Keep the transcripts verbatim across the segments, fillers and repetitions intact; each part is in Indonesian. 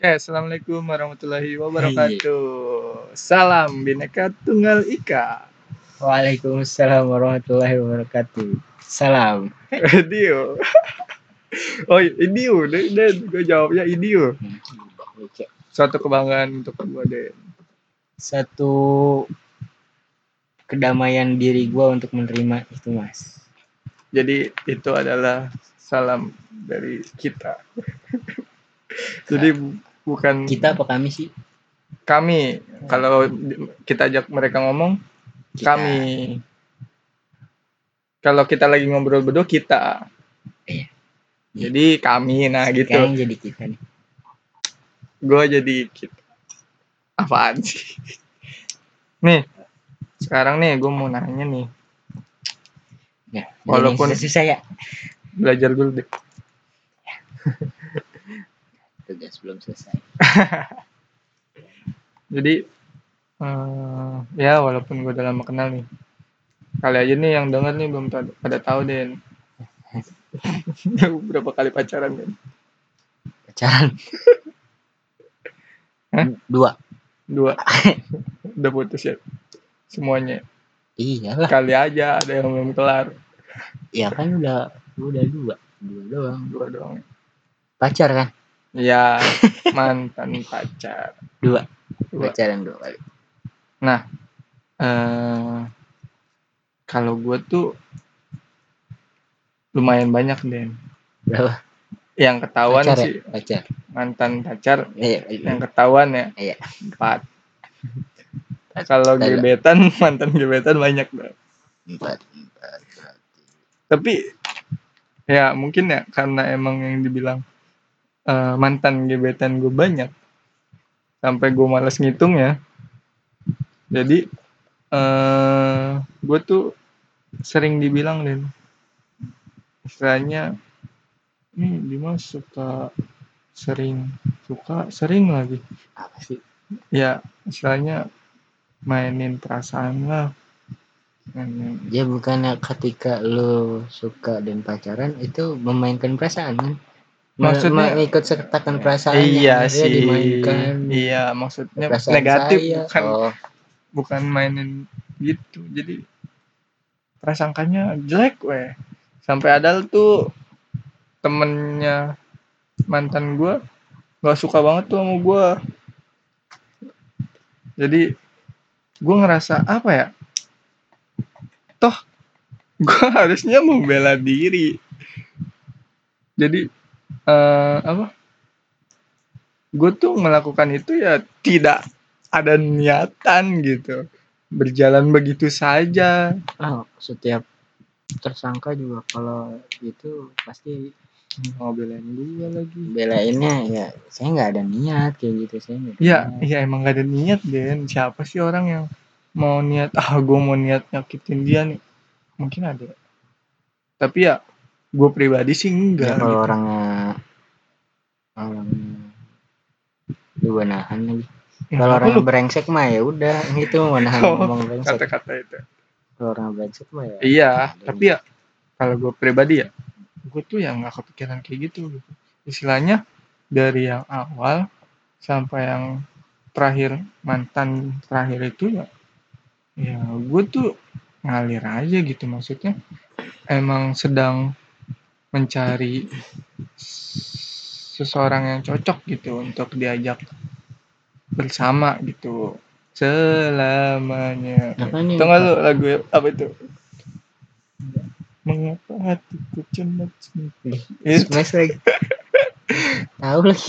Oke, assalamualaikum warahmatullahi Iya. wabarakatuh. Salam Bhinneka Tunggal Ika. Waalaikumsalam warahmatullahi wabarakatuh. Salam. Idio. Oh, Idio, Den, Den. Gue jawabnya Idio. Suatu kebanggaan untuk gue, Den. Satu kedamaian diri gue untuk menerima itu, Mas. Jadi itu adalah salam dari kita. Jadi bukan Kita apa kami sih? kami. Kalau kita ajak mereka ngomong, Kita. kami. Kalau kita lagi ngobrol berdua, kita. Iya. Jadi kami, nah gitu. Sekarang jadi kita nih. Gue jadi kita. Apaan sih? Nih, sekarang nih gue mau nanya nih. Nah, walaupun susah ya. Belajar dulu deh. Tugas belum selesai. Jadi uh, ya walaupun gue udah lama kenal nih, kali aja nih yang denger nih belum pada, pada tahu Den. Berapa kali pacaran Den? Pacaran? Hah? Dua. Dua. Udah putus ya semuanya? Iyalah. Kali aja ada yang belum kelar. Ya kan udah udah dua. Dua doang. Dua doang. Pacar kan? Ya, mantan pacar. Dua. Dua. Pacaran dua kali. Nah, uh, kalau gue tuh lumayan banyak Den. Berapa? Yang ketahuan pacar sih ya? Pacar. Mantan pacar. Iya, iya. Yang ketahuan ya? Iya. Empat. Kalau gebetan, mantan gebetan banyak dong. Empat. Empat. Tapi ya mungkin ya karena emang yang dibilang uh, mantan gebetan gue banyak, sampai gue malas ngitung ya. Jadi uh, gue tuh sering dibilang Den, istilahnya ini Dimas suka sering suka sering lagi apa sih ya, istilahnya mainin perasaan lah. Ya bukannya ketika lo suka dan pacaran itu memainkan perasaan kan? Maksudnya mengikut sertakan perasaan iya yang sih dimainkan. Iya maksudnya perasaan negatif saya. bukan oh. bukan mainin gitu. Jadi prasangkanya jelek weh. Sampai ada tuh temennya mantan gue gak suka banget tuh sama gue. Jadi gue ngerasa apa ya, toh gue harusnya membela diri. Jadi uh, apa gue tuh melakukan itu ya tidak ada niatan gitu, berjalan begitu saja. Oh, setiap tersangka juga kalau itu pasti mau belain gue lagi. Belainnya ya saya nggak ada niat kayak gitu. Saya nggak ya niat. ya emang gak ada niat Den. Siapa sih orang yang mau niat ah gue mau niat nyakitin dia nih? Mungkin ada, tapi ya gue pribadi sih enggak. Ya kalau gitu. orangnya orangnya dua nahan lagi. Ya, kalau orangnya lu? brengsek mah ya udah itu menahan oh, ngomong brengsek. Kata-kata itu. Kalau orang brengsek mah ya. Iya, tapi ya kalau gue pribadi ya, gue tuh ya nggak kepikiran kayak gitu, gitu. Istilahnya dari yang awal sampai yang terakhir, mantan terakhir itu ya, ya gue tuh ngalir aja gitu. Maksudnya emang sedang mencari seseorang yang cocok gitu untuk diajak bersama gitu selamanya. Tahu nggak lu lagu apa itu? Mengapa hatiku cendet itu smash lagi. Tahu lagi.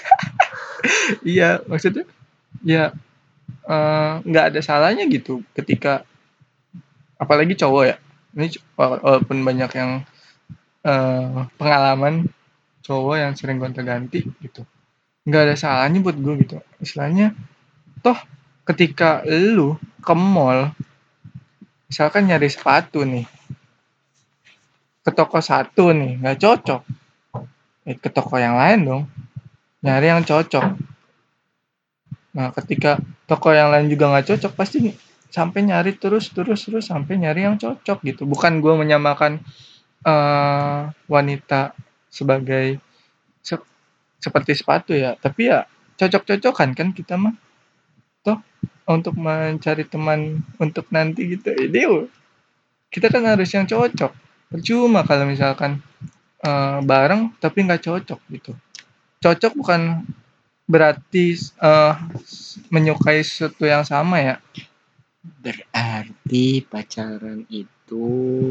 Iya, maksudnya ya nggak uh, ada salahnya gitu ketika, apalagi cowok ya, ini walaupun banyak yang uh, pengalaman cowok yang sering gonta-ganti gitu, nggak ada salahnya buat gue gitu. Istilahnya toh ketika lu ke mall, misalkan nyari sepatu nih, ke toko satu nih nggak cocok, eh, ke toko yang lain dong, nyari yang cocok. Nah ketika toko yang lain juga nggak cocok, pasti sampai nyari terus terus terus sampai nyari yang cocok gitu. Bukan gue menyamakan uh, wanita sebagai se- seperti sepatu ya, tapi ya cocok-cocokan kan kita mah toh untuk mencari teman untuk nanti gitu. Jadi kita kan harus yang cocok. Percuma kalau misalkan uh, bareng tapi nggak cocok gitu. Cocok bukan berarti uh, menyukai sesuatu yang sama ya. Berarti pacaran itu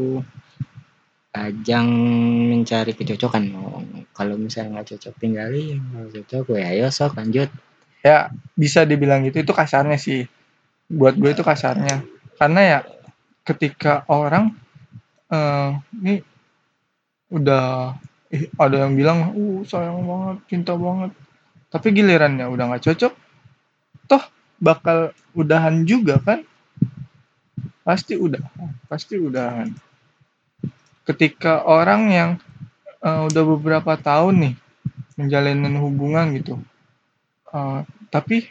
ajang mencari kecocokan. Oh, kalau misalnya nggak cocok tinggalin, kalau cocok ya ayo sok lanjut. Ya bisa dibilang gitu, itu kasarnya sih. Buat gue itu kasarnya. Karena ya ketika orang uh, ini udah eh, ada yang bilang, uh sayang banget, cinta banget. Tapi gilirannya udah nggak cocok, toh bakal udahan juga kan? Pasti udah, pasti udahan. Ketika orang yang uh, udah beberapa tahun nih menjalin hubungan gitu, uh, tapi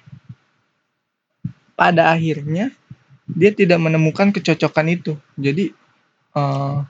pada akhirnya dia tidak menemukan kecocokan itu. Jadi uh,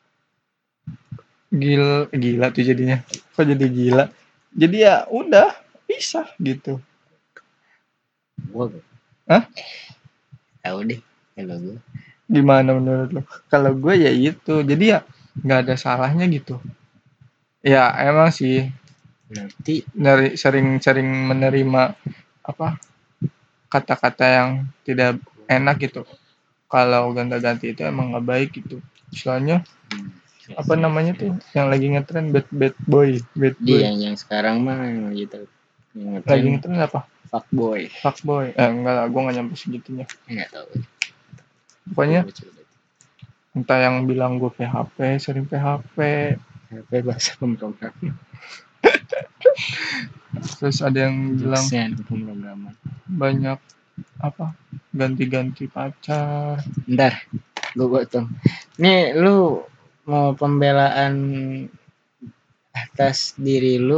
gila, gila tuh jadinya. Kok jadi gila? Jadi ya udah pisah gitu. Gua, Hah? tahu deh kalau gue. Gimana menurut lo? Kalau gue ya itu. Jadi ya nggak ada salahnya gitu. Ya emang sih. Berarti Dari sering-sering menerima apa kata-kata yang tidak enak gitu. Kalau gonta-ganti itu emang nggak baik gitu. Soalnya apa namanya tuh yang lagi ngetren bad bad boy, bad boy. Dia yang sekarang mah yang gitu. Yang Lagi ngetren apa? Fuckboy. Fuckboy. Eh enggak lah, gue nggak nyampe segitunya. Enggak tahu. Pokoknya entah yang bilang gue P H P, sering P H P. P H P bahasa pemrograman. Terus ada yang bilang pemrograman. Banyak apa? Ganti-ganti pacar. Bentar, gue potong. Nih lu mau pembelaan atas diri lu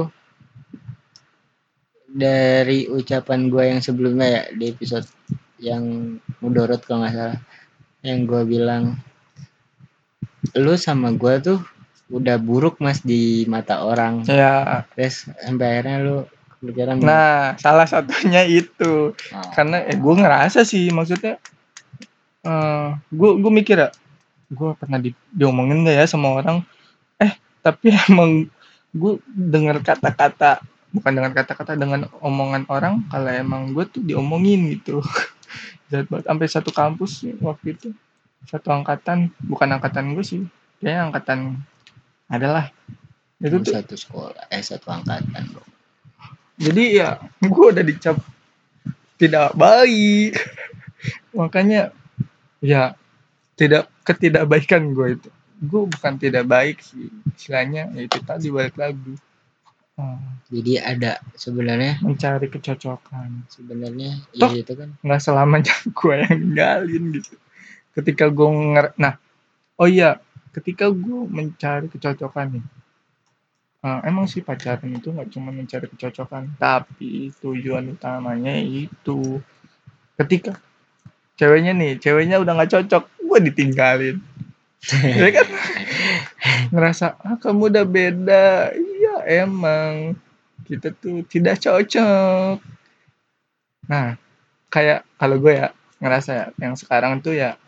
dari ucapan gue yang sebelumnya ya di episode yang mudorot kalau nggak salah, yang gue bilang lu sama gue tuh udah buruk mas di mata orang. Ya. Terus sampai akhirnya lu kepikiran. Nah, salah satunya itu. Oh. Karena eh gue ngerasa sih maksudnya uh, gue gue mikir ya, gue pernah di, diomongin gak ya sama orang, eh tapi emang gue dengar kata-kata, bukan dengan kata-kata, dengan omongan orang kalau emang gue tuh diomongin gitu. Jahat banget. Sampai satu kampus waktu itu, satu angkatan, bukan angkatan gue sih, kayaknya angkatan adalah itu tuh satu sekolah, eh satu angkatan dong. Jadi ya gue udah dicap tidak baik. Makanya ya tidak ketidakbaikan gue itu. Gue bukan tidak baik sih, istilahnya ya itu tadi balik lagi. Hmm. Jadi ada sebenarnya mencari kecocokan. Sebenarnya toh ya itu kan nggak selamanya gue yang ninggalin gitu. Ketika gue nger, nah oh iya, ketika gue mencari kecocokan nih, uh, emang sih pacaran itu nggak cuma mencari kecocokan, tapi tujuan utamanya itu ketika ceweknya nih, ceweknya udah nggak cocok, gue ditinggalin. Ya kan? Ngerasa, ah kamu udah beda. Iya emang kita tuh tidak cocok. Nah, kayak kalau gue ya ngerasa ya, yang sekarang tuh ya,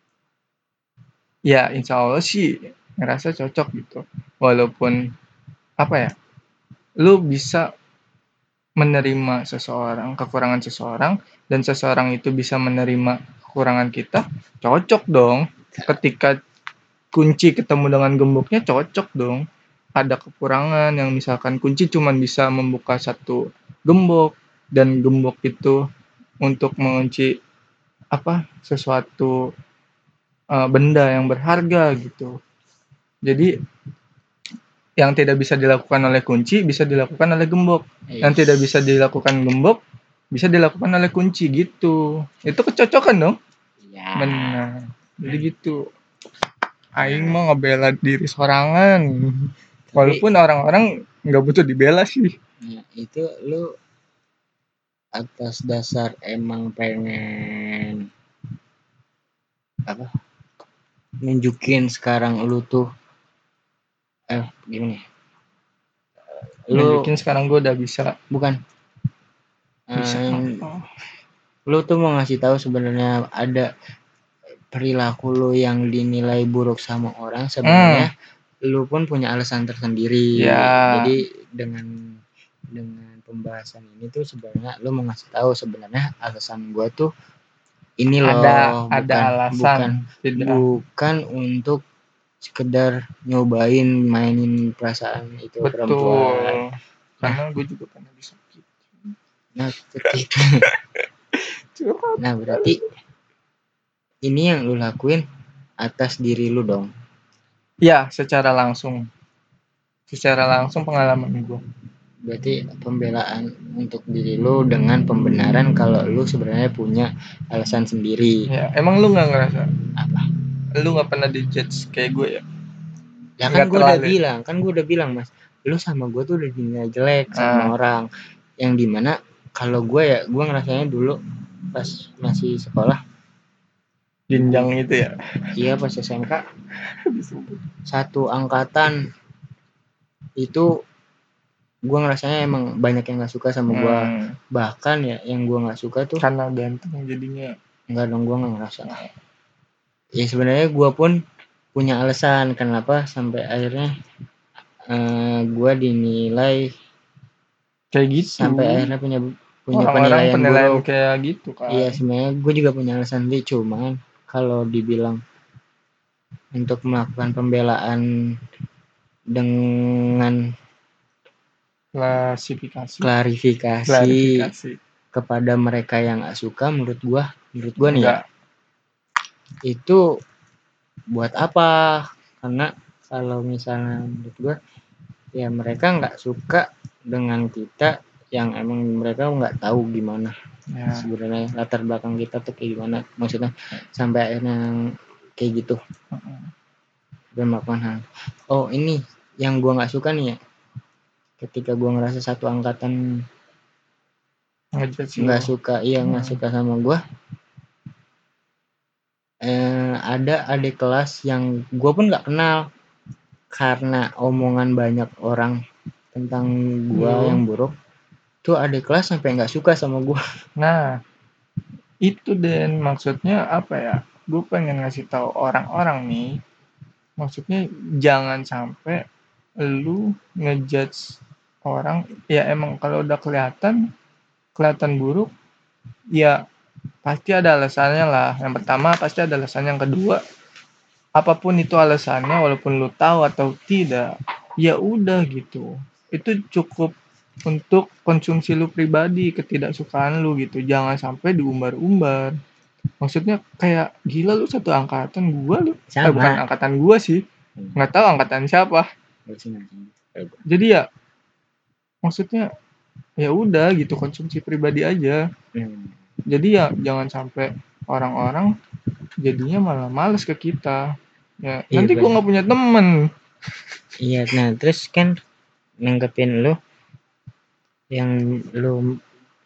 ya insya Allah sih ngerasa cocok gitu. Walaupun apa ya, lu bisa menerima seseorang, kekurangan seseorang, dan seseorang itu bisa menerima kekurangan kita, cocok dong. Ketika kunci ketemu dengan gemboknya, cocok dong. Ada kekurangan yang misalkan kunci cuma bisa membuka satu gembok, dan gembok itu untuk mengunci apa sesuatu uh, benda yang berharga gitu. Jadi yang tidak bisa dilakukan oleh kunci bisa dilakukan oleh gembok. Eish. Yang tidak bisa dilakukan gembok bisa dilakukan oleh kunci gitu. Itu kecocokan dong. Ya. Benar. Jadi gitu. Aing mau ngebela diri sorangan. Tapi, walaupun orang-orang nggak butuh dibela sih. Ya, itu lu atas dasar emang pengen apa? Nunjukin sekarang lu tuh eh gimana? Lu nunjukin sekarang gue udah bisa. Bukan. Bisa. Um, Oh. lu tuh mau ngasih tahu sebenarnya ada perilaku lu yang dinilai buruk sama orang, sebenarnya hmm. lu pun punya alasan tersendiri. Ya. Jadi dengan dengan pembahasan ini tuh sebenarnya lu mau ngasih tahu sebenarnya alasan gua tuh ini loh, ada, bukan ada alasan, bukan tidak. bukan untuk sekedar nyobain mainin perasaan itu. Betul. Perempuan. Karena gue juga pernah disakit. Nah, ketika nah berarti ini yang lu lakuin atas diri lu dong. Ya, secara langsung. Secara langsung pengalaman gue. Berarti pembelaan untuk diri lu dengan pembenaran kalau lu sebenarnya punya alasan sendiri. Ya, emang lu nggak ngerasa? Apa? Lu nggak pernah dijudge kayak gue ya? Ya kan gue udah bilang, kan gue udah bilang mas, lu sama gue tuh udah dinilai jelek sama ah. orang. Yang dimana kalau gue ya, gue ngerasanya dulu pas masih sekolah. Jenjang itu ya? Iya pas S M K. Satu angkatan itu gue ngerasanya emang banyak yang nggak suka sama gue. Hmm. Bahkan ya yang gue nggak suka tuh karena ganteng jadinya. Enggak dong, gue nggak ngerasa. Ya sebenarnya gue pun punya alasan kenapa sampai akhirnya uh, gue dinilai kayak gitu. Sampai akhirnya punya punya orang-orang penilaian, penilaian buruk kayak gitu kan. Iya sebenarnya gue juga punya alasan sih, cuman kalau dibilang untuk melakukan pembelaan dengan klasifikasi klarifikasi, klarifikasi kepada mereka yang gak suka, menurut gue menurut gue nih ya, itu buat apa? Karena kalau misalnya menurut gue ya mereka nggak suka dengan kita yang emang mereka nggak tahu gimana ya. Sebenarnya latar belakang kita tuh kayak gimana, maksudnya sampai akhirnya kayak gitu dan melakukan hal. Oh ini yang gue nggak suka nih ya, ketika gue ngerasa satu angkatan nggak suka, iya nggak hmm. suka sama gue. Eh, ada adik kelas yang gue pun nggak kenal, karena omongan banyak orang tentang gue hmm. yang buruk, tuh adik kelas sampai nggak suka sama gue. Nah itu Den, maksudnya apa ya, gue pengen ngasih tahu orang-orang nih, maksudnya jangan sampai lu ngejudge orang ya, emang kalau udah kelihatan kelihatan buruk ya pasti ada alasannya lah. Yang pertama pasti ada alasan, yang kedua apapun itu alasannya, walaupun lu tahu atau tidak, ya udah gitu, itu cukup untuk konsumsi lu pribadi, ketidaksukaan lu gitu, jangan sampai diumbar-umbar. Maksudnya kayak gila lu satu angkatan gua lu, eh, bukan angkatan gua sih, nggak tahu angkatan siapa. Jadi ya maksudnya ya udah gitu, konsumsi pribadi aja. Jadi ya jangan sampai orang-orang jadinya malah males ke kita ya, iya, nanti gua nggak punya temen. Iya, nah terus kan nanggepin lu yang lu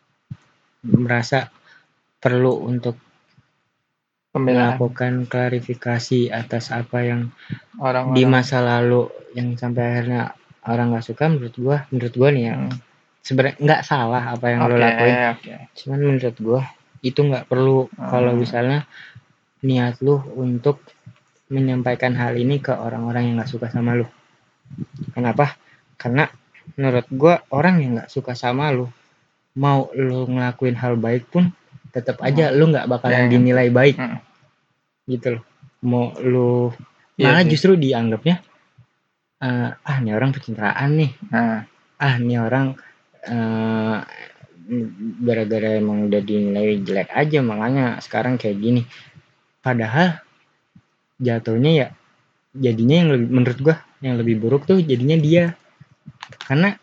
merasa perlu untuk pembelaan, melakukan klarifikasi atas apa yang orang-orang di masa lalu yang sampai akhirnya orang nggak suka. Menurut gua, menurut gua nih ya, hmm. sebenarnya nggak salah apa yang okay, lo lakuin, okay. Cuman menurut gua itu nggak perlu. Hmm. Kalau misalnya niat lu untuk menyampaikan hal ini ke orang-orang yang nggak suka sama lu. Kenapa? Karena menurut gue orang yang nggak suka sama lu, mau lu ngelakuin hal baik pun tetap aja hmm. lu nggak bakalan yeah, dinilai yeah. baik, hmm. gitu loh. Mau lu yeah, malah yeah. justru dianggapnya uh, ah ini orang pencitraan nih, hmm. ah ini orang uh, gara-gara emang udah dinilai jelek aja makanya sekarang kayak gini. Padahal jatuhnya ya jadinya yang lebih, menurut gue yang lebih buruk tuh jadinya dia, karena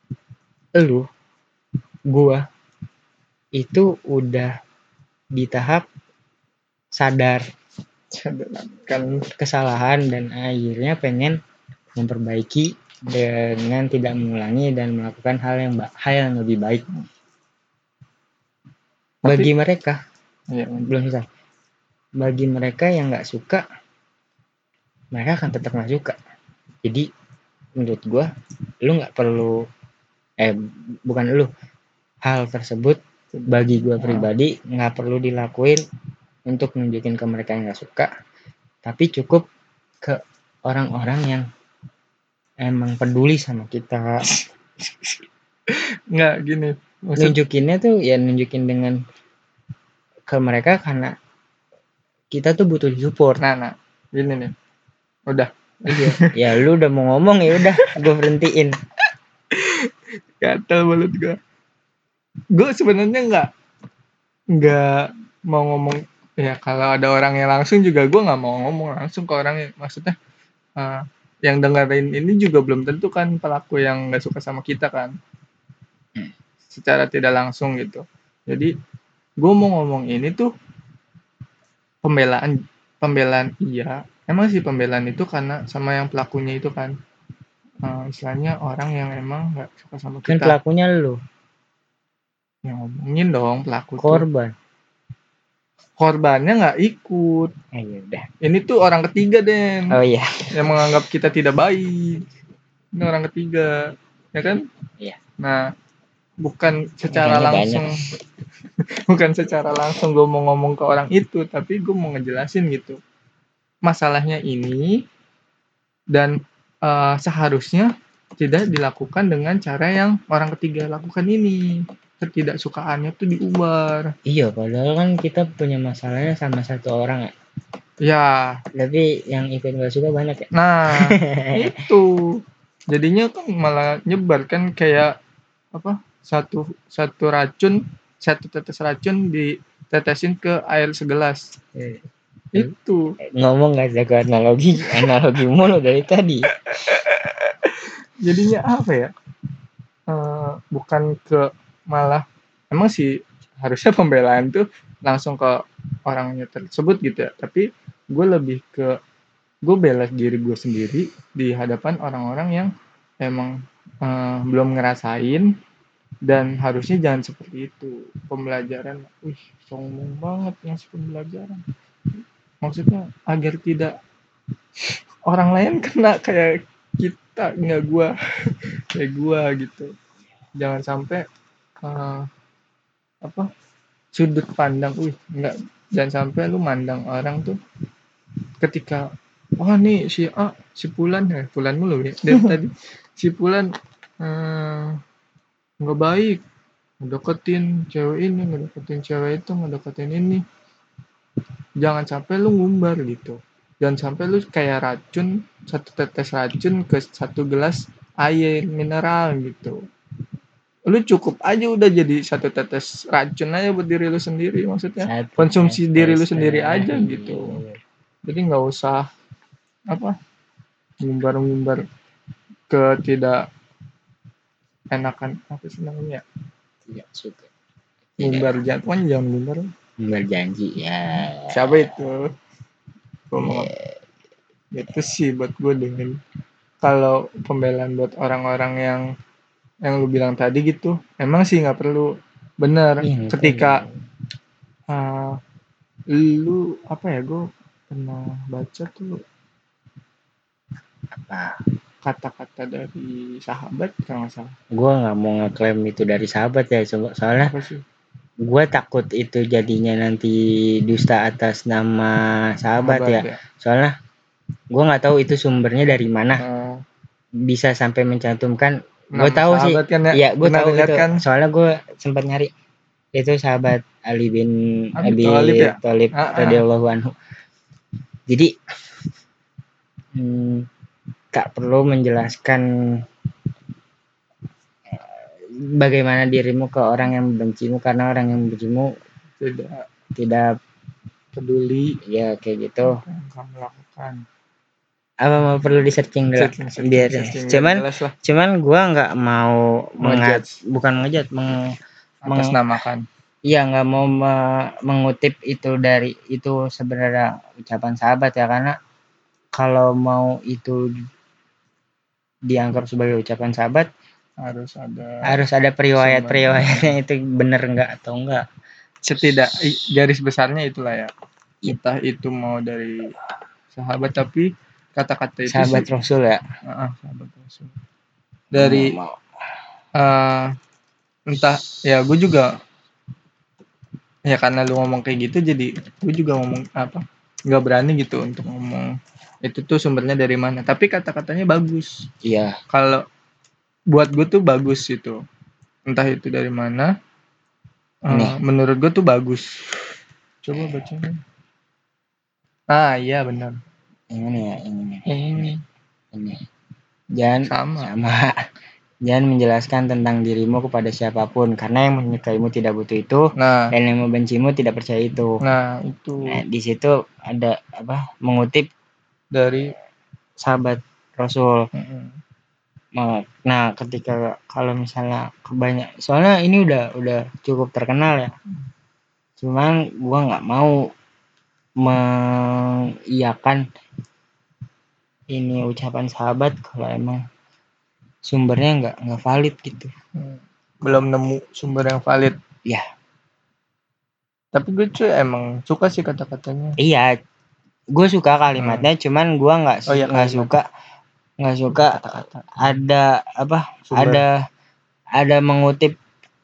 lu gua itu udah di tahap sadar kan kesalahan dan akhirnya pengen memperbaiki dengan tidak mengulangi dan melakukan hal yang hal yang lebih baik. Bagi Tapi, mereka ya, belum selesai. Bagi mereka yang nggak suka, mereka akan tetap nggak suka. Jadi menurut gue, lu nggak perlu, eh bukan lu, hal tersebut bagi gue pribadi nggak perlu dilakuin untuk nunjukin ke mereka yang nggak suka, tapi cukup ke orang-orang yang emang peduli sama kita. Nggak gini maksud, Nunjukinnya tuh ya nunjukin dengan ke mereka karena kita tuh butuh support. nah nah gini nih udah Iya, ya lu udah mau ngomong ya udah gue berhentiin. gatel mulut gue. Gue sebenarnya nggak nggak mau ngomong ya, kalau ada orang yang langsung juga gue nggak mau ngomong langsung ke orang yang maksudnya uh, yang dengerin ini juga belum tentu kan pelaku yang nggak suka sama kita kan, secara tidak langsung gitu. Jadi gue mau ngomong ini tuh pembelaan pembelaan iya emang sih, pembelaan itu karena sama yang pelakunya itu kan, uh, istilahnya orang yang emang nggak suka sama Kan kita. pelakunya lu yang ngomongin dong pelaku tuh, korban. korbannya nggak ikut. Eh, ya udah. Ini tuh orang ketiga Den, Oh iya. yang menganggap kita tidak baik. Ini orang ketiga, ya kan? Iya. Nah, bukan secara Makanya langsung, bukan secara langsung gue mau ngomong ke orang itu, tapi gue mau ngejelasin gitu. Masalahnya ini dan uh, seharusnya tidak dilakukan dengan cara yang orang ketiga lakukan ini. Ketidaksukaannya tuh diubar. Iya, padahal kan kita punya masalahnya sama satu orang ya. Ya. Tapi yang ikut gak suka banyak ya. Nah, itu. Jadinya kan malah nyebar kan, kayak apa? Satu satu racun, satu tetes racun ditetesin ke air segelas. Eh, Itu. Ngomong gak jago analogi, analogi mulu dari tadi. Jadinya apa ya? Uh, bukan ke malah emang sih harusnya pembelaan tuh langsung ke orangnya tersebut gitu ya, tapi gue lebih ke gue bela diri gue sendiri di hadapan orang-orang yang emang uh, belum ngerasain, dan harusnya jangan seperti itu. Pembelajaran, wih sombong banget ngasih pembelajaran, maksudnya agar tidak orang lain kena kayak kita, nggak gue kayak gue gitu. Jangan sampai uh, apa sudut pandang, wih nggak, jangan sampai lu mandang orang tuh ketika wah nih si A si Pulan ya Pulan mulu ya dari tadi si Pulan eh, nggak baik ngedeketin cewek ini ngedeketin cewek itu ngedeketin ini. Jangan sampai lu ngumbar gitu, jangan sampai lu kayak racun, satu tetes racun ke satu gelas air mineral gitu. Lu cukup aja udah jadi satu tetes racun aja buat diri lu sendiri, maksudnya Satu konsumsi tetes diri lu sendiri lagi. aja gitu. Jadi nggak usah apa ngumbar-ngumbar ke tidak enakan, apa sih namanya, Tidak suka. ngumbar jangan, pokoknya jangan ngumbar. Ngumbar janji ya. Siapa itu? Ngomong yeah. Itu sih buat gue dengan kalau pembelaan buat orang-orang yang yang lu bilang tadi gitu, emang sih nggak perlu. Bener, Iya, ketika uh, lu apa ya, gue pernah baca tuh apa kata-kata dari sahabat kalau nggak salah. Gue nggak mau ngeklaim itu dari sahabat ya, soalnya gue takut itu jadinya nanti dusta atas nama sahabat, sahabat ya. ya. Soalnya gue nggak tahu itu sumbernya dari mana, uh, bisa sampai mencantumkan. Gue tahu sih, kan ya, ya gue tahu itu. Kan? Soalnya gue sempat nyari itu sahabat Ali bin Abi Thalib radhiyallahu anhu. Jadi hmm, gak perlu menjelaskan bagaimana dirimu ke orang yang membencimu, karena orang yang membencimu tidak tidak peduli ya kayak gitu. Apa yang kamu lakukan? Apa mau perlu di searching dulu? Biar cuman cuman gue nggak mau mengat bukan ngejat meng mengatasnamakan. Iya, nggak mau me- mengutip itu dari itu sebenarnya ucapan sahabat ya, karena kalau mau itu dianggap sebagai ucapan sahabat harus ada harus ada periwayat-periwayatnya itu bener nggak atau enggak. Setidak garis besarnya itulah ya. Entah itu mau dari sahabat, tapi kata-kata itu sahabat sih, Rasul ya. Uh, sahabat Rasul. Dari uh, entah ya, gue juga Ya karena lu ngomong kayak gitu jadi gue juga ngomong apa nggak berani gitu untuk ngomong itu tuh sumbernya dari mana, tapi kata-katanya bagus. Iya. Kalau buat gue tuh bagus itu, entah itu dari mana. Ini Uh, menurut gue tuh bagus. Coba baca. Ah iya benar. yang ini ya, yang ini. Yang ini. Ini. Jangan Sama. sama. Jangan menjelaskan tentang dirimu kepada siapapun, karena yang menyukaimu tidak butuh itu, Nah, dan yang membencimu tidak percaya itu. nah itu Nah, di situ ada apa? Mengutip dari sahabat Rasul. mm-mm. Nah, ketika kalau misalnya kebanyak, soalnya ini udah udah cukup terkenal ya. Cuman gua nggak mau mengiyakan ini ucapan sahabat kalau emang sumbernya nggak nggak valid gitu. Hmm. Belum nemu sumber yang valid. Ya. Tapi gue cuy emang suka sih kata-katanya. Iya, gue suka kalimatnya, hmm. cuman gue nggak Oh iya, nggak suka nggak suka kata-kata. ada apa? Sumber. Ada ada mengutip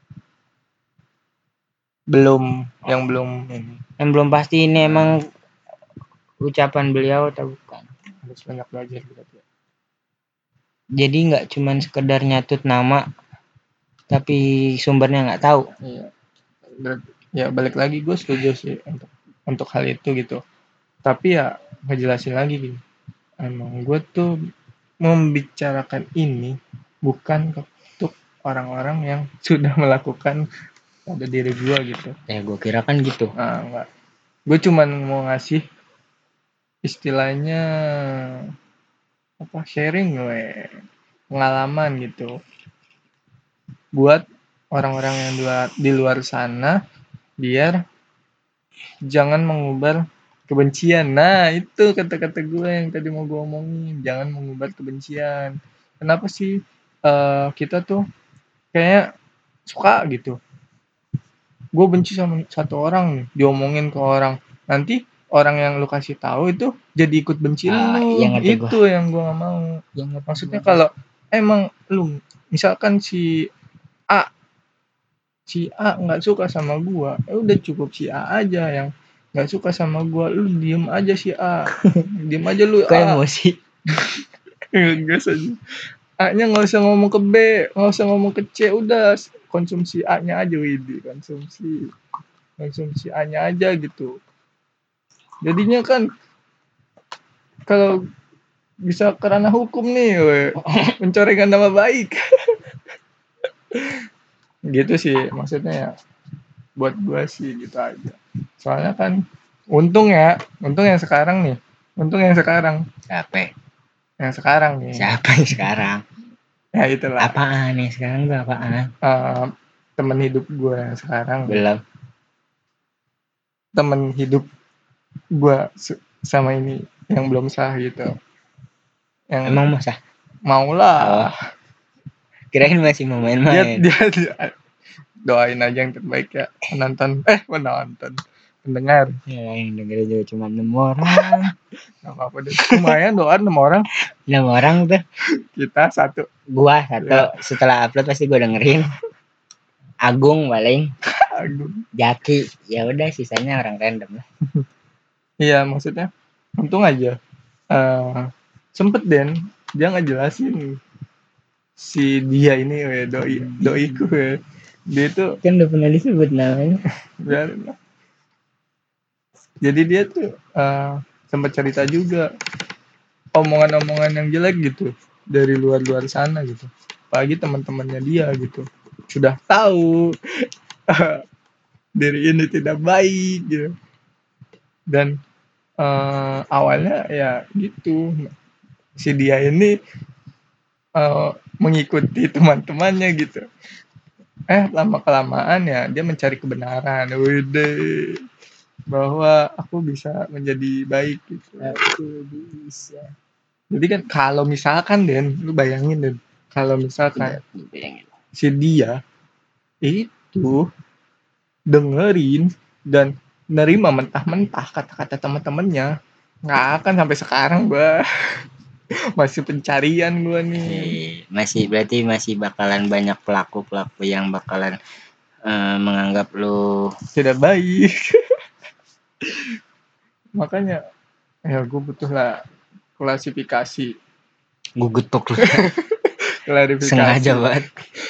belum yang belum ini. Yang belum pasti ini nah. Emang ucapan beliau atau bukan. Harus banyak belajar berarti. Jadi nggak cuman sekedar nyatut nama tapi sumbernya nggak tahu. Iya. Berarti, ya balik lagi gue setuju sih untuk untuk hal itu gitu. Tapi ya ngejelasin lagi gitu. Emang gue tuh membicarakan ini bukan untuk orang-orang yang sudah melakukan pada diri gue gitu. Ya gue kira kan gitu. Nah, enggak. Gue cuman mau ngasih istilahnya apa sharing gue pengalaman gitu buat orang-orang yang luar, di luar sana biar jangan mengubar kebencian. Nah itu kata-kata gue yang tadi mau gue omongin, jangan mengubar kebencian. Kenapa sih uh, kita tuh kayak suka gitu, gue benci sama satu orang nih, diomongin ke orang, nanti orang yang lu kasih tahu itu jadi ikut benci ah, lu. Yang itu gua. Yang gue gak mau. Yang maksudnya kalau emang lu misalkan si A si A nggak suka sama gue, ya udah cukup si A aja yang nggak suka sama gue, lu diem aja si A. Diem aja lu. Kayak emosi. Gas aja. A-nya nggak usah ngomong ke B, nggak usah ngomong ke C, udah konsumsi A-nya aja, Widi, konsumsi konsumsi A-nya aja gitu. Jadinya kan kalau bisa kerana hukum nih, we, mencorengkan nama baik. Gitu sih maksudnya ya. Buat gua sih gitu aja. Soalnya kan untung ya, untung yang sekarang nih. Untung yang sekarang. Siapa? Yang sekarang nih. Siapa yang sekarang? Ya itulah. Apaan nih sekarang tuh apaan? Uh, temen hidup gue yang sekarang. Belum. Temen hidup gue sama ini yang belum sah gitu. Yang emang mau sah? Mau lah. Oh. Kirain masih mau main-main. Dia, dia, dia doain aja yang terbaik ya. Penonton, eh penonton, pendengar. Ya yang denger juga cuma enam orang. Gak apa-apa deh. Lumayan doa enam orang. enam orang tuh. Kita satu. Gua satu. Ya. Setelah upload pasti gue dengerin. Agung paling. Agung. Jaki. Ya udah sisanya orang random lah. Iya maksudnya. Untung aja. Uh, sempet Den. Dia ngejelasin si dia ini we, doi doiku we. Dia tuh kan udah pernah disebut namanya. Biarin lah. Jadi dia tuh uh, sempat cerita juga omongan-omongan yang jelek gitu dari luar-luar sana gitu. Apalagi teman-temannya dia gitu. Sudah tahu uh, diri ini tidak baik gitu. Dan uh, awalnya ya gitu. Si dia ini uh, mengikuti teman-temannya gitu. Eh lama kelamaan ya dia mencari kebenaran. Wede. Bahwa aku bisa menjadi baik gitu. Aku bisa. Jadi kan kalau misalkan Den, lu bayangin Den, kalau misalkan si dia itu dengerin dan nerima mentah-mentah kata-kata teman-temannya, nggak akan sampai sekarang gua. Masih pencarian gua nih. Masih berarti masih bakalan banyak pelaku-pelaku yang bakalan uh, menganggap lu tidak baik. Makanya ya gue butuh lah klasifikasi, gue getok lu klarifikasi sengaja banget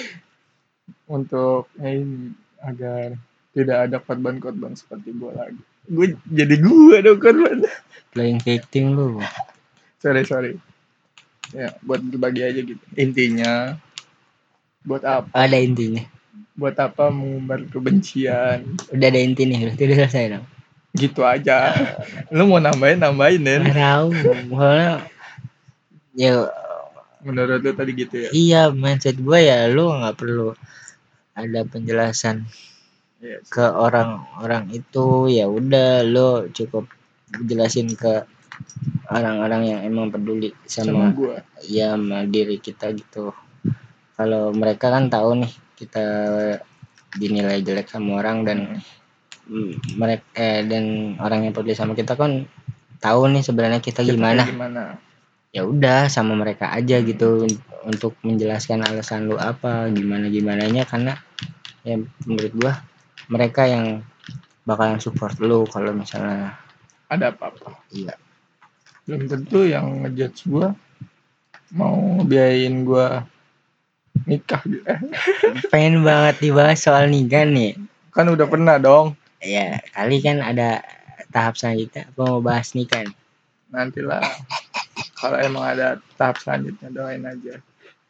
untuk ya ini agar tidak ada korban-korban seperti gue lagi. Gue jadi gue dong korban. playing victim lu. Sorry sorry. Ya buat berbagi aja gitu. Intinya buat apa? Ada intinya. Buat apa mengumbar kebencian? Udah ada intinya, berarti udah selesai dong. Gitu aja. Lu mau nambahin nambahin Den. Nggak tahu, soalnya ya Menurut lu tadi gitu ya? iya, mindset gue ya lu nggak perlu ada penjelasan Yes. ke orang-orang itu, ya udah lu cukup jelasin ke orang-orang yang emang peduli Sama sama, gua. ya sama diri kita gitu. Kalau mereka kan tahu nih kita dinilai jelek sama orang dan Hmm. mereka eh, dan orang yang peduli sama kita kan tahu nih sebenarnya kita, Kita gimana. kayak gimana? Ya udah sama mereka aja gitu untuk menjelaskan alasan lu apa gimana gimananya, karena ya menurut gua mereka yang bakalan support lu kalau misalnya ada apa-apa. Iya. Belum tentu yang ngejudge gua mau biayain gua nikah gitu. Pengen banget dibahas soal nikah nih. Kan udah pernah dong. Ya kali kan ada tahap selanjutnya, apa mau bahas nikah nih? Nantilah. Kalau emang ada tahap selanjutnya doain aja.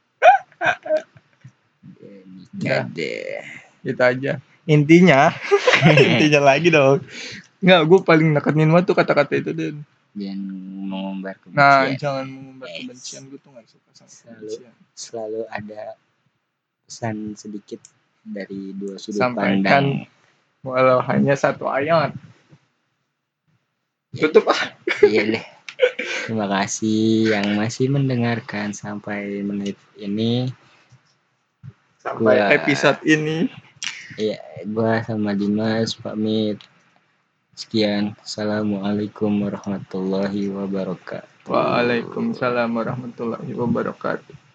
Nikah deh. Gitu aja. Intinya, intinya lagi dong. Nggak, gue paling nekenin mah tuh kata-kata itu Den. Jangan mengumbar kebencian. Nah, jangan mengumbar Yes. kebencian, gue tuh nggak suka sama Selalu, kebencian. selalu ada pesan sedikit dari dua sudut Sampaikan pandang. Walau hanya satu ayat. Tutup ah. Iya deh. Terima kasih yang masih mendengarkan sampai menit ini. Sampai Gua, episode ini. Iya, gua sama Dimas pamit. Sekian. Assalamualaikum warahmatullahi wabarakatuh. Waalaikumsalam warahmatullahi wabarakatuh.